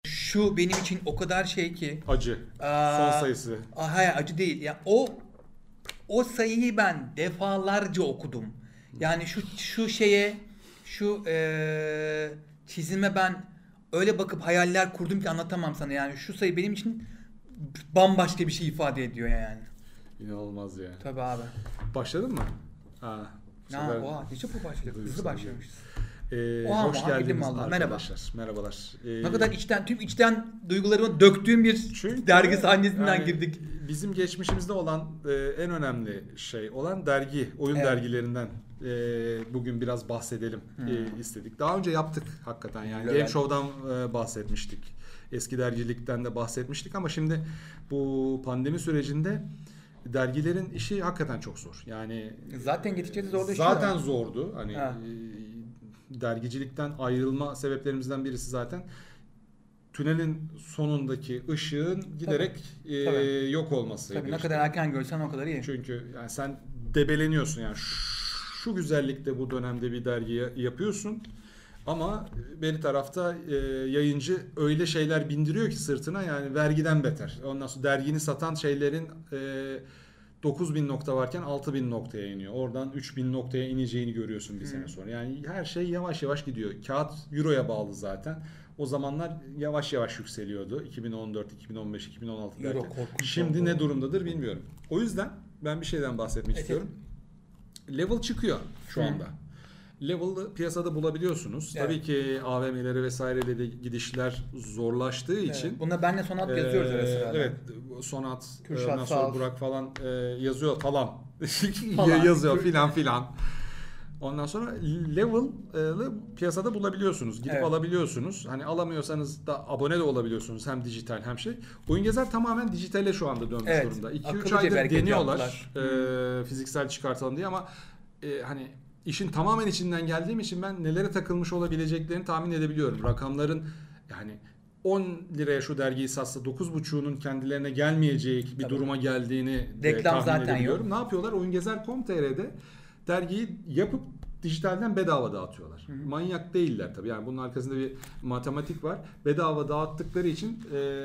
Şu benim için o kadar şey ki. Acı. Son sayısı. Hayır, acı değil. Ya o sayıyı ben defalarca okudum. Yani şu çizime ben öyle bakıp hayaller kurdum ki anlatamam sana. Yani şu sayı benim için bambaşka bir şey ifade ediyor yani. İnanılmaz ya. Tabii abi. Başladın mı? Gece bu başladık. Hızlı başlamışız. Hoş geldiniz arkadaşlar. Merhabalar. Ne kadar tüm içten duygularımı döktüğüm bir dergi sahnesinden girdik. Bizim geçmişimizde olan en önemli şey olan dergi, oyun dergilerinden bugün biraz bahsedelim istedik. Daha önce yaptık hakikaten yani Game Show'dan bahsetmiştik. Eski dergilikten de bahsetmiştik ama şimdi bu pandemi sürecinde dergilerin işi hakikaten çok zor. Yani zaten gideceğiz zordu. Zaten zordu. Hani dergicilikten ayrılma sebeplerimizden birisi zaten tünelin sonundaki ışığın giderek yok olmasıydı. Tabii ne kadar erken görsen o kadar iyi. Çünkü yani sen debeleniyorsun yani şu güzellikte bu dönemde bir dergi yapıyorsun ama bir tarafta yayıncı öyle şeyler bindiriyor ki sırtına yani vergiden beter. Ondan sonra dergini satan şeylerin 9.000 nokta varken 6.000 noktaya iniyor. Oradan 3.000 noktaya ineceğini görüyorsun bir sene sonra. Yani her şey yavaş yavaş gidiyor. Kağıt Euro'ya bağlı zaten. O zamanlar yavaş yavaş yükseliyordu. 2014, 2015, 2016 derken. Şimdi ne durumdadır bilmiyorum. O yüzden ben bir şeyden bahsetmek istiyorum. Level çıkıyor şu anda. Level'ı piyasada bulabiliyorsunuz. Evet. Tabii ki AVM'lere vesairede de gidişler zorlaştığı için. Bunda benle Sonat yazıyoruz arasında. Evet. Sonat, Kürşat, Burak falan yazıyor falan. yazıyor filan. Ondan sonra Level'ı piyasada bulabiliyorsunuz. Gidip alabiliyorsunuz. Hani alamıyorsanız da abone de olabiliyorsunuz. Hem dijital hem şey. Oyun Gezer tamamen dijitale şu anda dönmüş durumda. 2-3 aydır deniyorlar fiziksel çıkartalım diye ama hani işin tamamen içinden geldiğim için ben nelere takılmış olabileceklerini tahmin edebiliyorum. Rakamların yani 10 liraya şu dergiyi satsa 9.5'unun kendilerine gelmeyecek bir duruma geldiğini tahmin edebiliyorum. Ne yapıyorlar? Oyungezer.com.tr'de dergiyi yapıp dijitalden bedava dağıtıyorlar. Manyak değiller tabii. Yani bunun arkasında bir matematik var. Bedava dağıttıkları için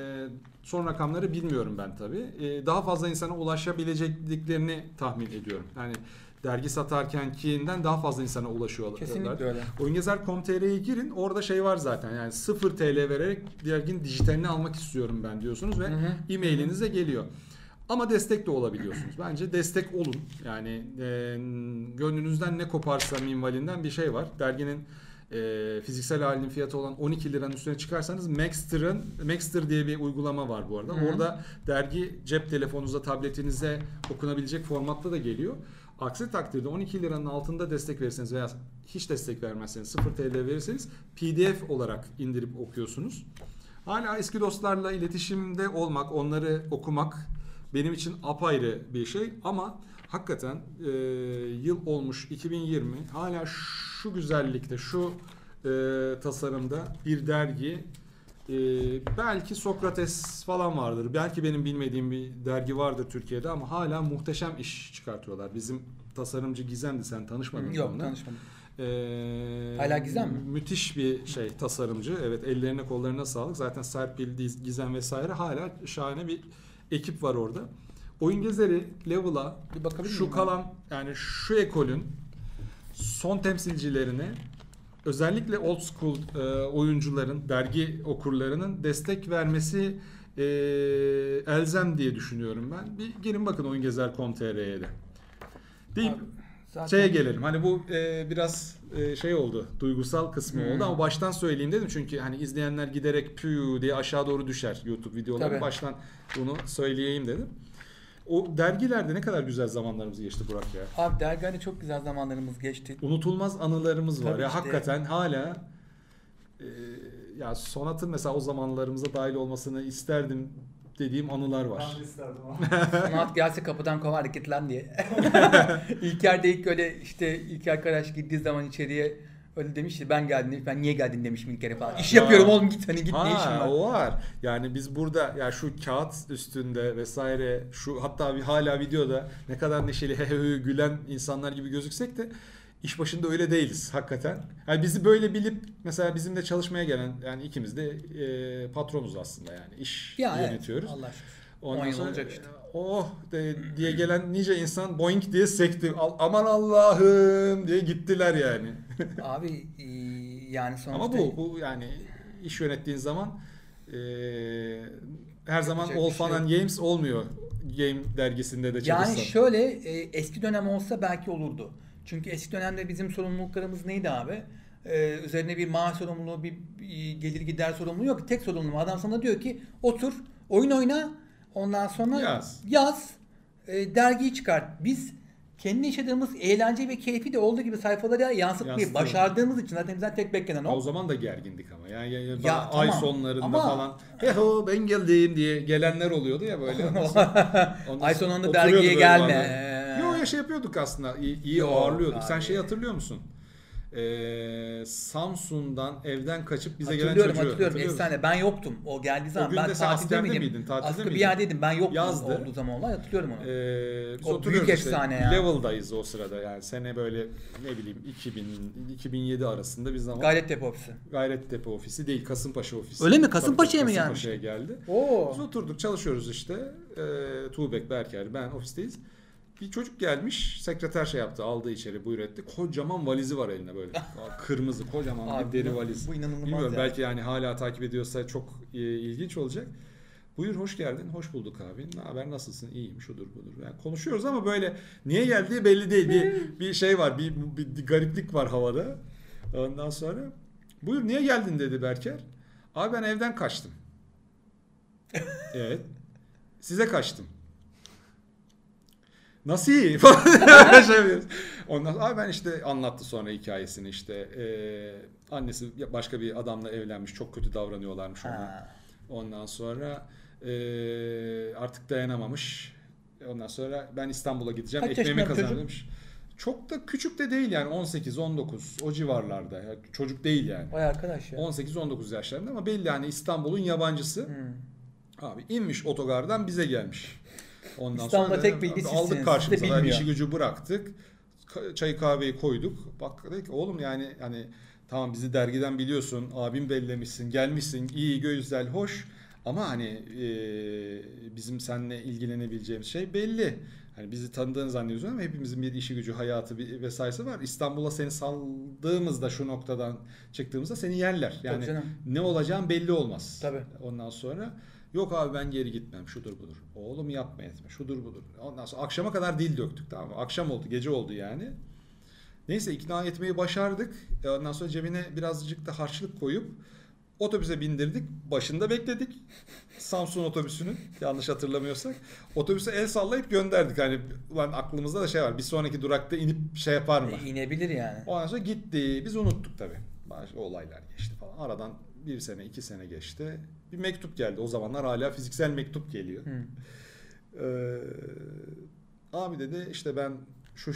son rakamları bilmiyorum ben tabii. Daha fazla insana ulaşabileceklerini tahmin ediyorum. Yani dergi satarkenkinden daha fazla insana ulaşıyorlar. Kesinlikle öyle. Oyungezer.com.tr'ye girin. Orada şey var zaten. Yani 0 TL vererek derginin dijitalini almak istiyorum ben diyorsunuz ve e-mailinize geliyor. Ama destek de olabiliyorsunuz. Bence destek olun. Yani gönlünüzden ne koparsa minvalinden bir şey var. Derginin fiziksel halinin fiyatı olan 12 liranın üstüne çıkarsanız Maxter diye bir uygulama var bu arada. Orada dergi cep telefonunuza, tabletinize okunabilecek formatta da geliyor. Aksi takdirde 12 liranın altında destek verirseniz veya hiç destek vermezseniz 0 TL verirseniz PDF olarak indirip okuyorsunuz. Hala eski dostlarla iletişimde olmak, onları okumak benim için apayrı bir şey ama hakikaten yıl olmuş 2020 hala şu güzellikte, şu tasarımda bir dergi belki Sokrates falan vardır. Belki benim bilmediğim bir dergi vardır Türkiye'de ama hala muhteşem iş çıkartıyorlar. Bizim tasarımcı Gizem'di, sen tanışmadın mı? Yok, tanışmadım. Hala Gizem mi? Müthiş bir tasarımcı. Evet, ellerine kollarına sağlık. Zaten Serpil, Gizem vesaire hala şahane bir ekip var orada. Oyun Gezer'i, Level'a, şu kalan yani şu ekolün son temsilcilerine özellikle old school oyuncuların, dergi okurlarının destek vermesi elzem diye düşünüyorum ben. Bir girin bakın oyungezer.com.tr'ye de. Deyip şeye gelelim. Hani bu biraz şey oldu, duygusal kısmı oldu ama baştan söyleyeyim dedim çünkü hani izleyenler giderek püü diye aşağı doğru düşer YouTube videoları. Baştan bunu söyleyeyim dedim. O dergilerde ne kadar güzel zamanlarımız geçti Burak ya. Abi dergilerde çok güzel zamanlarımız geçti. Unutulmaz anılarımız var. Ya hakikaten hala ya Sonat'ın mesela o zamanlarımıza dahil olmasını isterdim dediğim anılar var. Ben de isterdim ama. Sonat gelse kapıdan kova hareketlen diye. İlker de ilk öyle ilk arkadaş gittiği zaman içeriye öyle demişti, ben niye geldin demişim ilk kere falan. İş yapıyorum oğlum, git ne işin var. O var. Yani biz burada ya şu kağıt üstünde vesaire şu hatta hala videoda ne kadar neşeli gülen insanlar gibi gözüksek de iş başında öyle değiliz hakikaten. Yani bizi böyle bilip mesela bizimle çalışmaya gelen yani ikimiz de patronuz aslında yani iş yönetiyoruz. Evet, Allah şükür. Ondan sonra olacak işte. Diye gelen nice insan boing diye sekti. Aman Allah'ım diye gittiler yani. Abi yani sonuçta... Ama bu yani iş yönettiğin zaman her zaman Yapacak All bir şey Fun and Games olmuyor. Game dergisinde de çalışsan. Yani şöyle eski dönem olsa belki olurdu. Çünkü eski dönemde bizim sorumluluklarımız neydi abi? Üzerine bir maaş sorumluluğu, bir gelir gider sorumluluğu yok. Tek sorumluluğu. Adam sana diyor ki otur, oyun oyna, ondan sonra yaz, dergiyi çıkart. Biz kendi yaşadığımız eğlence ve keyfi de olduğu gibi sayfalara yansıtmayı başardığımız için zaten bizden tek beklenen o. O zaman da gergindik ama. Yani ya, ay tamam. sonlarında ama... falan ben geldim diye gelenler oluyordu ya böyle. Ay sonunda dergiye gelme. Yo ya şey yapıyorduk aslında. İyi ağırlıyorduk. Abi. Sen şeyi hatırlıyor musun? Samsun'dan evden kaçıp bize gelen çocuğu hatırlıyorum. Efsane. Ben yoktum. O geldiği zaman. Ben tatilde miydim? Tatilde bir yerdeydim. Ben yoktum. Yazdı. Olduğu zaman olay. Hatırlıyorum onu. Biz o büyük efsane ya. Level'dayız o sırada yani. Sene böyle ne bileyim 2000-2007 arasında bir zaman. Gayrettepe ofisi. Gayrettepe ofisi değil. Kasımpaşa ofisi. Öyle mi? Kasımpaşa'ya mı gelmiş? Kasımpaşa'ya geldi. Biz oturduk çalışıyoruz işte. Tuğbek, Berker, ben ofisteyiz. Bir çocuk gelmiş, sekreter şey yaptı, aldı içeri, buyur etti. Kocaman valizi var eline böyle. Kırmızı, kocaman abi, bir deri valiz. Bu inanılmaz. Bilmiyorum belki yani hala takip ediyorsa çok ilginç olacak. Buyur hoş geldin, hoş bulduk abi. Ne haber, nasılsın? İyiyim, şudur budur. Yani konuşuyoruz ama böyle niye geldiği belli değil. Bir şey var, bir gariplik var havada. Ondan sonra buyur niye geldin dedi Berker. Abi ben evden kaçtım. Evet. Size kaçtım. Nasıl iyi? Ondan sonra ben işte anlattı sonra hikayesini işte annesi başka bir adamla evlenmiş, çok kötü davranıyorlarmış ona. Ondan sonra artık dayanamamış. Ondan sonra ben İstanbul'a gideceğim, ekmeğimi kazanacağım. Çok da küçük de değil yani 18-19 o civarlarda. Yani çocuk değil yani. Vay arkadaş ya. 18-19 yaşlarında ama belli yani İstanbul'un yabancısı. Abi inmiş otogardan bize gelmiş. Ondan İstanbul'da sonra tek bilgi sizsiniz. aldık karşımıza. Yani işi gücü bıraktık. Çayı kahveyi koyduk. Bak dedik oğlum yani hani tamam bizi dergiden biliyorsun. Abim bellemişsin. Gelmişsin. İyi güzel hoş. Ama hani bizim seninle ilgilenebileceğimiz şey belli. Hani bizi tanıdığını zannediyorsun ama hepimizin bir işi gücü, hayatı vesairesi var. İstanbul'a seni saldığımızda şu noktadan çıktığımızda seni yerler. Yani ne olacağın belli olmaz. Tabii. Ondan sonra yok abi ben geri gitmem şudur budur. Oğlum yapma etme şudur budur. Ondan sonra akşama kadar dil döktük tamam mı? Akşam oldu gece oldu yani. Neyse ikna etmeyi başardık. Ondan sonra cebine birazcık da harçlık koyup otobüse bindirdik. Başında bekledik. Samsun otobüsünün yanlış hatırlamıyorsak. Otobüse el sallayıp gönderdik. Hani ulan aklımızda da şey var. Bir sonraki durakta inip şey yapar mı? İnebilir yani. Ondan sonra gitti. Biz unuttuk tabii. Başka olaylar geçti falan. Aradan 1 sene 2 sene geçti. Bir mektup geldi. O zamanlar hala fiziksel mektup geliyor. Abi dedi işte ben şu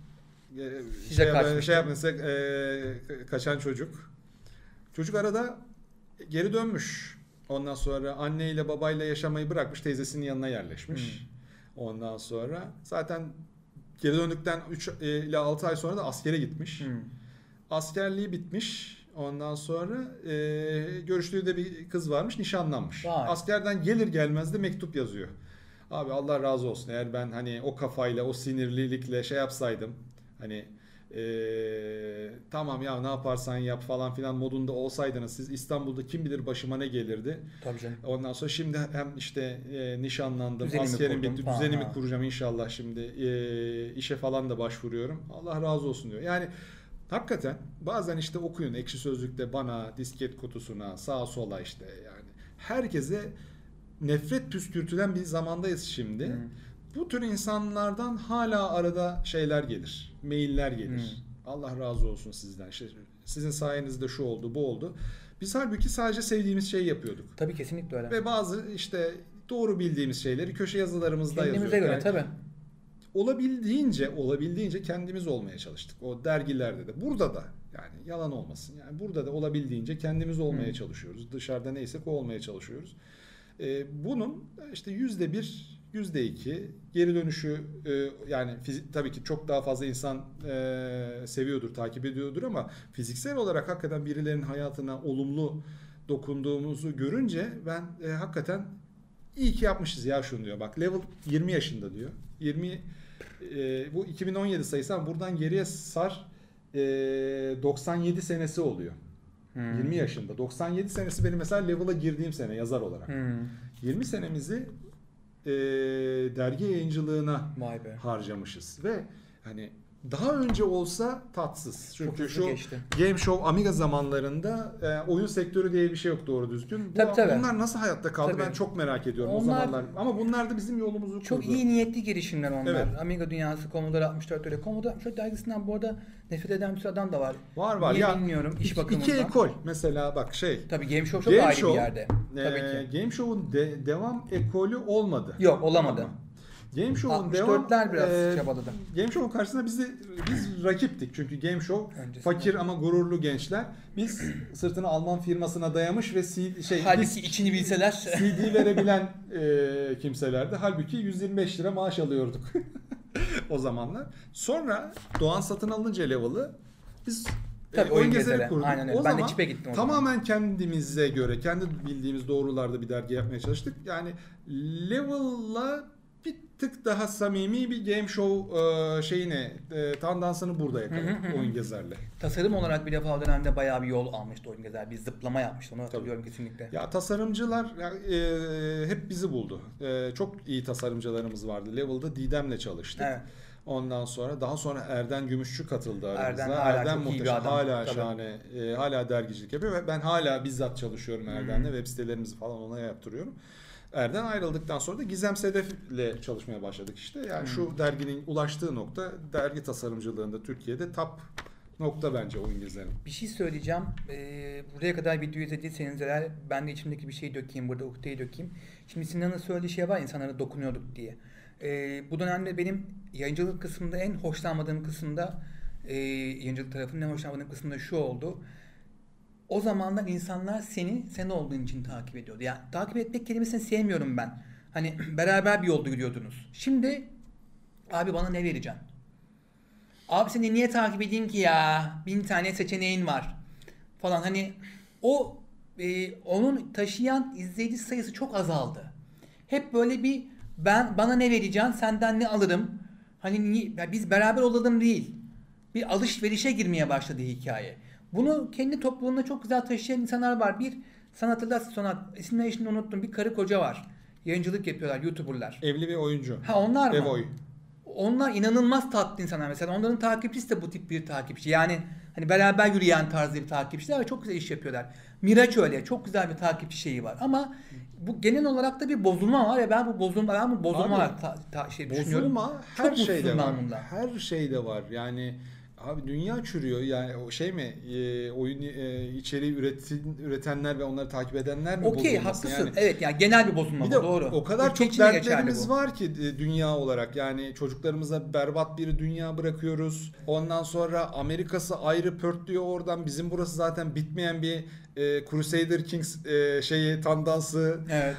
şey yapmışsak kaçan çocuk. Çocuk arada geri dönmüş. Ondan sonra anneyle babayla yaşamayı bırakmış. Teyzesinin yanına yerleşmiş. Ondan sonra zaten geri döndükten 3 ile 6 ay sonra da askere gitmiş. Askerliği bitmiş. Ondan sonra görüştüğü de bir kız varmış, nişanlanmış. Vay. Askerden gelir gelmez de mektup yazıyor. Abi Allah razı olsun. Eğer ben hani o kafayla, o sinirlilikle şey yapsaydım, hani tamam ya ne yaparsan yap falan filan modunda olsaydınız siz İstanbul'da kim bilir başıma ne gelirdi. Tabii canım. Ondan sonra şimdi hem işte nişanlandım, Düzenimi askerim kurdum bitti, falan, düzenimi kuracağım inşallah şimdi işe falan da başvuruyorum. Allah razı olsun diyor. Yani hakikaten bazen işte okuyun Ekşi Sözlük'te bana, disket kutusuna, sağa sola işte yani herkese nefret püskürtülen bir zamandayız şimdi. Bu tür insanlardan hala arada şeyler gelir, mailler gelir. Allah razı olsun sizden. İşte sizin sayenizde şu oldu, bu oldu. Biz halbuki sadece sevdiğimiz şeyi yapıyorduk. Tabii kesinlikle öyle. Ve bazı işte doğru bildiğimiz şeyleri köşe yazılarımızda yazıyorduk. Kendimize göre yani, tabii. Olabildiğince kendimiz olmaya çalıştık. O dergilerde de. Burada da yani yalan olmasın. Yani burada da olabildiğince kendimiz olmaya çalışıyoruz. Dışarıda neysek o olmaya çalışıyoruz. Bunun işte %1, %2. Geri dönüşü yani tabii ki çok daha fazla insan seviyordur, takip ediyordur ama fiziksel olarak hakikaten birilerinin hayatına olumlu dokunduğumuzu görünce ben hakikaten iyi ki yapmışız ya şunu diyor. Bak level 20 yaşında diyor. 20 bu 2017 sayısı ama buradan geriye sar 97 senesi oluyor. 20 yaşında. 97 senesi benim mesela level'a girdiğim sene yazar olarak. 20 senemizi dergi yayıncılığına harcamışız ve hani daha önce olsa tatsız. Çünkü şu geçti. Game Show Amiga zamanlarında oyun sektörü diye bir şey yok doğru düzgün. Bunlar nasıl hayatta kaldı ben çok merak ediyorum o zamanlar. Ama bunlar da bizim yolumuzu kurdu. Çok iyi niyetli girişimler onlar. Evet. Amiga dünyası, Commodore 64 öyle. Commodore 64 dergisinden bu arada nefret eden bir adam da var. Var. Niye bilmiyorum iş bakımından. İki ekol mesela bak Tabii Game Show çok ayrı bir yerde. Tabii ki. Game Show'un devam ekolü olmadı. Yok olamadı. Game Show'un devam biraz çabaladı. Game Show'un karşısında biz rakiptik. Çünkü Game Show fakir ama gururlu gençler. Biz sırtını Alman firmasına dayamış ve halbuki içini bilseler CD verebilen kimselerdi. Halbuki 125 lira maaş alıyorduk o zamanlar. Sonra Doğan satın alınca Level'ı biz oyun gezeri kurduk. Aynen öyle. Ben de çipe gittim. Tamamen kendimize göre, kendi bildiğimiz doğrularda bir dergi yapmaya çalıştık. Yani Level'la bir tık daha samimi bir game show tandansını burada yakaladık Oyun Gezer'le. Tasarım olarak bir defa o dönemde bayağı bir yol almıştı Oyun Gezer. Bir zıplama yapmıştı. Onu hatırlıyorum kesinlikle. Ya tasarımcılar hep bizi buldu. Çok iyi tasarımcılarımız vardı. Level'da Didem'le çalıştık. Evet. Ondan sonra daha sonra Erden Gümüşçü katıldı aramıza. Erden muhteşem, hala şahane, hala dergicilik yapıyor ve ben hala bizzat çalışıyorum Erden'le. Web sitelerimizi falan ona yaptırıyorum. Erden ayrıldıktan sonra da Gizem Sedef'le çalışmaya başladık işte. Yani şu derginin ulaştığı nokta dergi tasarımcılığında Türkiye'de top nokta bence Oyun Gezer'in. Bir şey söyleyeceğim. Buraya kadar video izlediyseniz eğer ben de içimdeki bir şey dökeyim burada, ukdeyi dökeyim. Şimdi Sinan'ın söylediği şey var, insanlara dokunuyorduk diye. Bu dönemde benim yayıncılık kısmında en hoşlanmadığım kısımda yayıncılık tarafının en hoşlanmadığım kısımda şu oldu. O zamanlar insanlar sen olduğun için takip ediyordu. Yani takip etmek kelimesini sevmiyorum ben. Hani beraber bir yolda yürüyordunuz. Şimdi abi bana ne vereceksin? Abi seni niye takip edeyim ki ya? 1000 tane seçeneğin var. Falan hani onun taşıyan izleyici sayısı çok azaldı. Hep böyle bir bana ne vereceksin, senden ne alırım? Hani biz beraber olalım değil. Bir alışverişe girmeye başladı hikaye. Bunu kendi topluluğunda çok güzel taşıyan insanlar var. Sen hatırlarsın sonra isimlerini şimdi unuttum. Bir karı koca var. Yayıncılık yapıyorlar, YouTuber'lar. Evli bir oyuncu. Onlar mı? Evoy. Onlar inanılmaz tatlı insanlar mesela. Onların takipçisi de bu tip bir takipçi. Yani hani beraber yürüyen tarzı bir takipçiler ve çok güzel iş yapıyorlar. Miraç öyle. Çok güzel bir takipçi şeyi var. Ama bu genel olarak da bir bozulma var ve ben bu bozulma düşünüyorum. Bozulma her şeyde var. Her şeyde var. Yani abi dünya çürüyor yani o oyun içeriği üretenler ve onları takip edenler mi bozulması? Okey haklısın. Yani, evet yani genel bir bozulma bu doğru. O kadar çok dertlerimiz var ki dünya olarak yani çocuklarımıza berbat bir dünya bırakıyoruz. Ondan sonra Amerika'sı ayrı pörtlüyor oradan. Bizim burası zaten bitmeyen bir Crusader Kings tandansı. Evet.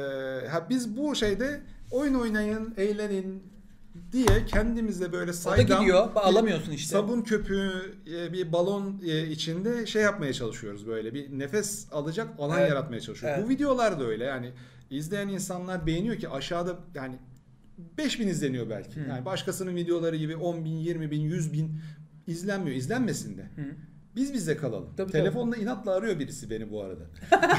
Biz bu şeyde oyun oynayın, eğlenin diye kendimize böyle saydam alamıyorsun işte. Sabun köpüğü bir balon içinde yapmaya çalışıyoruz böyle bir nefes alacak alan yaratmaya çalışıyoruz. Evet. Bu videolar da öyle yani izleyen insanlar beğeniyor ki aşağıda yani 5000 izleniyor belki. Yani başkasının videoları gibi 10.000, 20.000, 100.000 izlenmiyor. İzlenmesin de. Biz bize kalalım. Telefonla inatla arıyor birisi beni bu arada.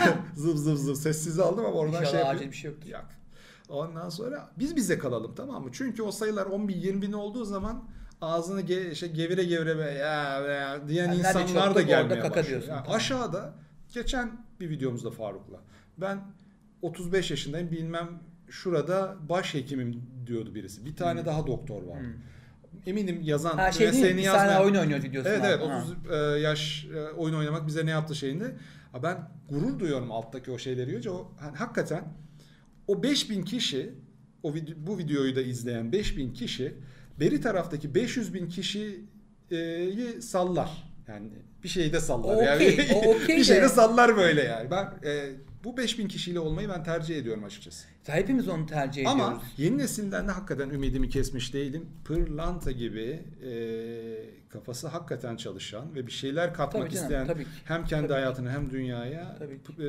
zıv sessize aldım ama oradan acil bir şey yoktur. Yok. Ondan sonra biz bize kalalım tamam mı? Çünkü o sayılar 10.000-20.000 olduğu zaman ağzını gevire diyen insanlar da gelmeye başlıyor. Yani aşağıda geçen bir videomuzda Faruk'la ben 35 yaşındayım bilmem şurada başhekimim diyordu birisi. Bir tane daha doktor var. Eminim yazan mesleğini yazmayan oyun oynuyor diyorsun. Evet 30 yaş oyun oynamak bize ne yaptı şeyinde. Ben gurur duyuyorum alttaki o şeyleri görünce. Hakikaten o 5000 kişi bu videoyu da izleyen 5000 kişi beri taraftaki 500.000 kişiyi sallar. Yani bir şeyde sallar. Okay, bir şeyde sallar böyle yani. Ben Bu 5000 kişiyle olmayı ben tercih ediyorum açıkçası. Hepimiz onu tercih ediyoruz. Ama yeni nesilden de hakikaten ümidimi kesmiş değilim. Pırlanta gibi kafası hakikaten çalışan ve bir şeyler katmak Tabii canım, isteyen tabii ki. hem kendi Tabii hayatına hem dünyaya Tabii ki.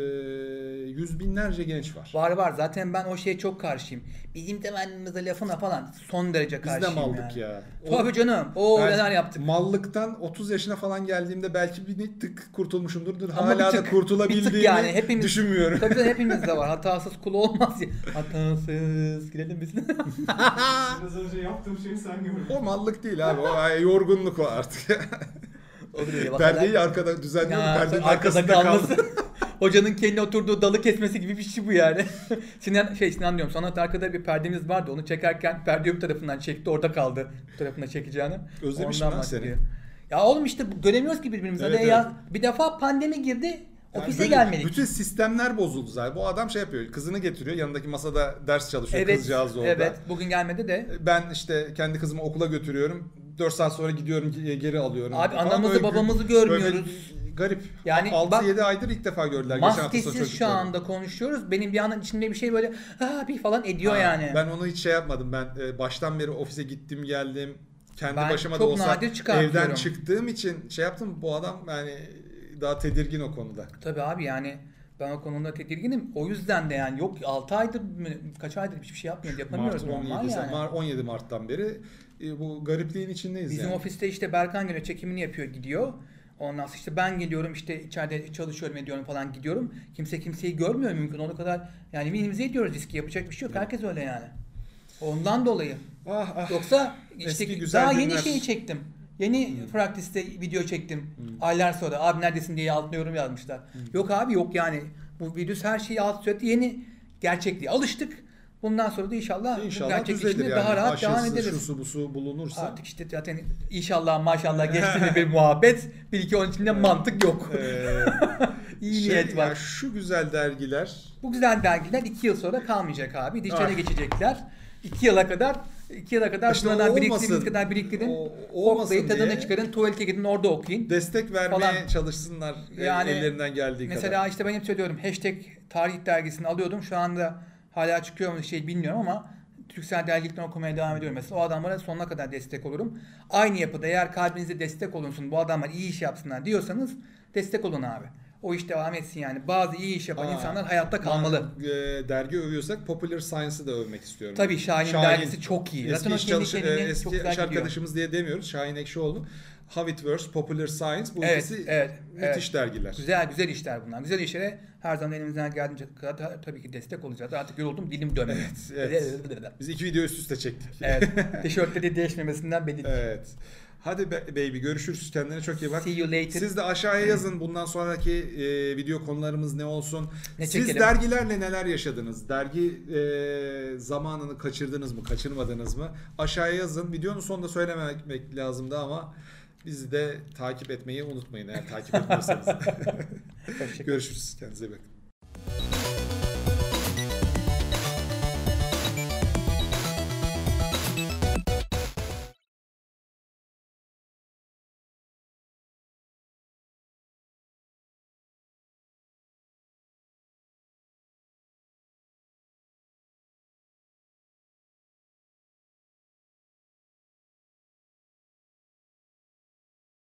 yüz binlerce genç var. Var. Zaten ben o şeye çok karşıyım. Bizim zamanımızda lafına falan son derece Biz de karşıyım maldık yani. ya. Tabii canım. Ben Neler yaptık. Mallıktan 30 yaşına falan geldiğimde belki bir tık kurtulmuşumdur. Ama Hala bir da tık kurtulabildiğimi yani hepimiz, düşünmüyorum. Tabii canım hepimizde var. Hatasız kul olmaz ya. Hatasız girelim biz. Biraz önce yaptığım şeyi sen gördün. O mallık değil abi. O yorgunluk o artık. Olur öyle Perdeyi arkada düzenliyorum. Ya, Perdenin arkada arkasında kalması. kaldı. Hocanın kendi oturduğu dalı kesmesi gibi bir şey bu yani. Sinan diyorum. Sanat arkada bir perdemiz vardı. Onu çekerken perdeyi bir tarafından çekti. Orada kaldı. Bu tarafına çekeceğini. Özlemişim Ondan lan seni. bahsediyor. Ya oğlum işte göremiyoruz ki birbirimizi. Evet, Hadi ya, bir defa pandemi girdi. Yani Ofise böyle gelmedik. Bütün sistemler bozuldu zaten. Bu adam şey yapıyor. Kızını getiriyor. Yanındaki masada ders çalışıyor. Evet. Kızcağız orada. Evet. Bugün gelmedi de. Ben işte kendi kızımı okula götürüyorum. 4 saat sonra gidiyorum geri alıyorum. Abi Falan anamızı böyle babamızı böyle görmüyoruz. garip. Yani 6-7 aydır ilk defa gördüler. Geçen hafta sonu Maskesiz şu çocukları. anda konuşuyoruz. Benim bir yandan içimde bir şey böyle bir falan ediyor yani. Ben onu hiç şey yapmadım. Ben baştan beri ofise gittim geldim. Kendi Ben başıma da çok olsa nadir çıkartıyorum. evden çıktığım için şey yaptım. Bu adam yani daha tedirgin o konuda. Tabii abi yani ben o konuda tedirginim. O yüzden de yani yok 6 aydır mı, kaç aydır hiçbir şey yapmıyoruz. Yapamıyoruz Mart normal 17, yani. 17 Mart'tan beri bu garipliğin içindeyiz Bizim yani. ofiste işte Berkan geliyor çekimini yapıyor gidiyor. Ondan sonra işte ben geliyorum işte içeride çalışıyorum ediyorum falan gidiyorum. Kimse kimseyi görmüyor mümkün olduğu kadar. Yani minimize ediyoruz riski yapacak bir şey yok. Herkes öyle yani. Ondan dolayı. Ah. Yoksa Eski işte güzel daha günler. yeni şeyi çektim. Yeni Practice'te video çektim. Aylar sonra abi neredesin diye altına yorum yazmışlar. Yok abi yok yani. Bu virüs her şeyi alt üst etti. Yeni gerçekliğe alıştık. Bundan sonra da inşallah bu İnşallah gerçek düzelir içinde yani. daha rahat Aşısı, devam ederiz. şusu busu bulunursa. Artık işte zaten inşallah maşallah geçtiğinde bir muhabbet. Bir iki onun içinde mantık yok. İyi niyet var. Ya şu güzel dergiler Bu güzel dergiler 2 yıl sonra kalmayacak abi. Dijitale Ah. geçecekler. 2 yıla kadar İşte bunlardan o biriktirdiğiniz olmasın. kadar biriktirin. Olmasın Oklayın tadını diye çıkarın. Tuvalete gidin orada okuyun. destek vermeye Falan. çalışsınlar Yani ellerinden geldiği Mesela kadar. işte ben hep söylüyorum hashtag tarih dergisini alıyordum. Şu anda hala çıkıyor mu şey bilmiyorum ama Türksel dergilikten okumaya devam ediyorum. Mesela o adamlara sonuna kadar destek olurum. Aynı yapıda eğer kalbinize destek olunsun bu adamlar iyi iş yapsınlar diyorsanız destek olun abi. O iş devam etsin yani. Bazı iyi iş yapan insanlar hayatta kalmalı. Dergi övüyorsak Popular Science'ı da övmek istiyorum. Tabii Şahin'in dergisi çok iyi. Zaten o Eski, kendi iş, kendine çok eski güzel iş gidiyor. arkadaşımız diye demiyoruz. Şahin Ekşioğlu. How It Works, Popular Science. Bu Evet, ikisi evet, müthiş dergiler. Güzel işler bunlar. Güzel işlere her zaman elimizden geldiğince kadar tabii ki destek olacağız. Artık yoruldum dilim dönmüyor. Evet. Biz 2 video üst üste çektik. Evet. Tişörtte de değişmemesinden belli. Evet. Hadi baby görüşürüz. Kendine çok iyi bak. See you later. Siz de aşağıya yazın bundan sonraki video konularımız ne olsun. Ne Siz çekelim? dergilerle neler yaşadınız? Dergi zamanını kaçırdınız mı, kaçırmadınız mı? Aşağıya yazın. Videonun sonunda söylememek lazımdı ama bizi de takip etmeyi unutmayın eğer takip etmiyorsanız. Hoşçakalın. Görüşürüz. Kendinize iyi bakın.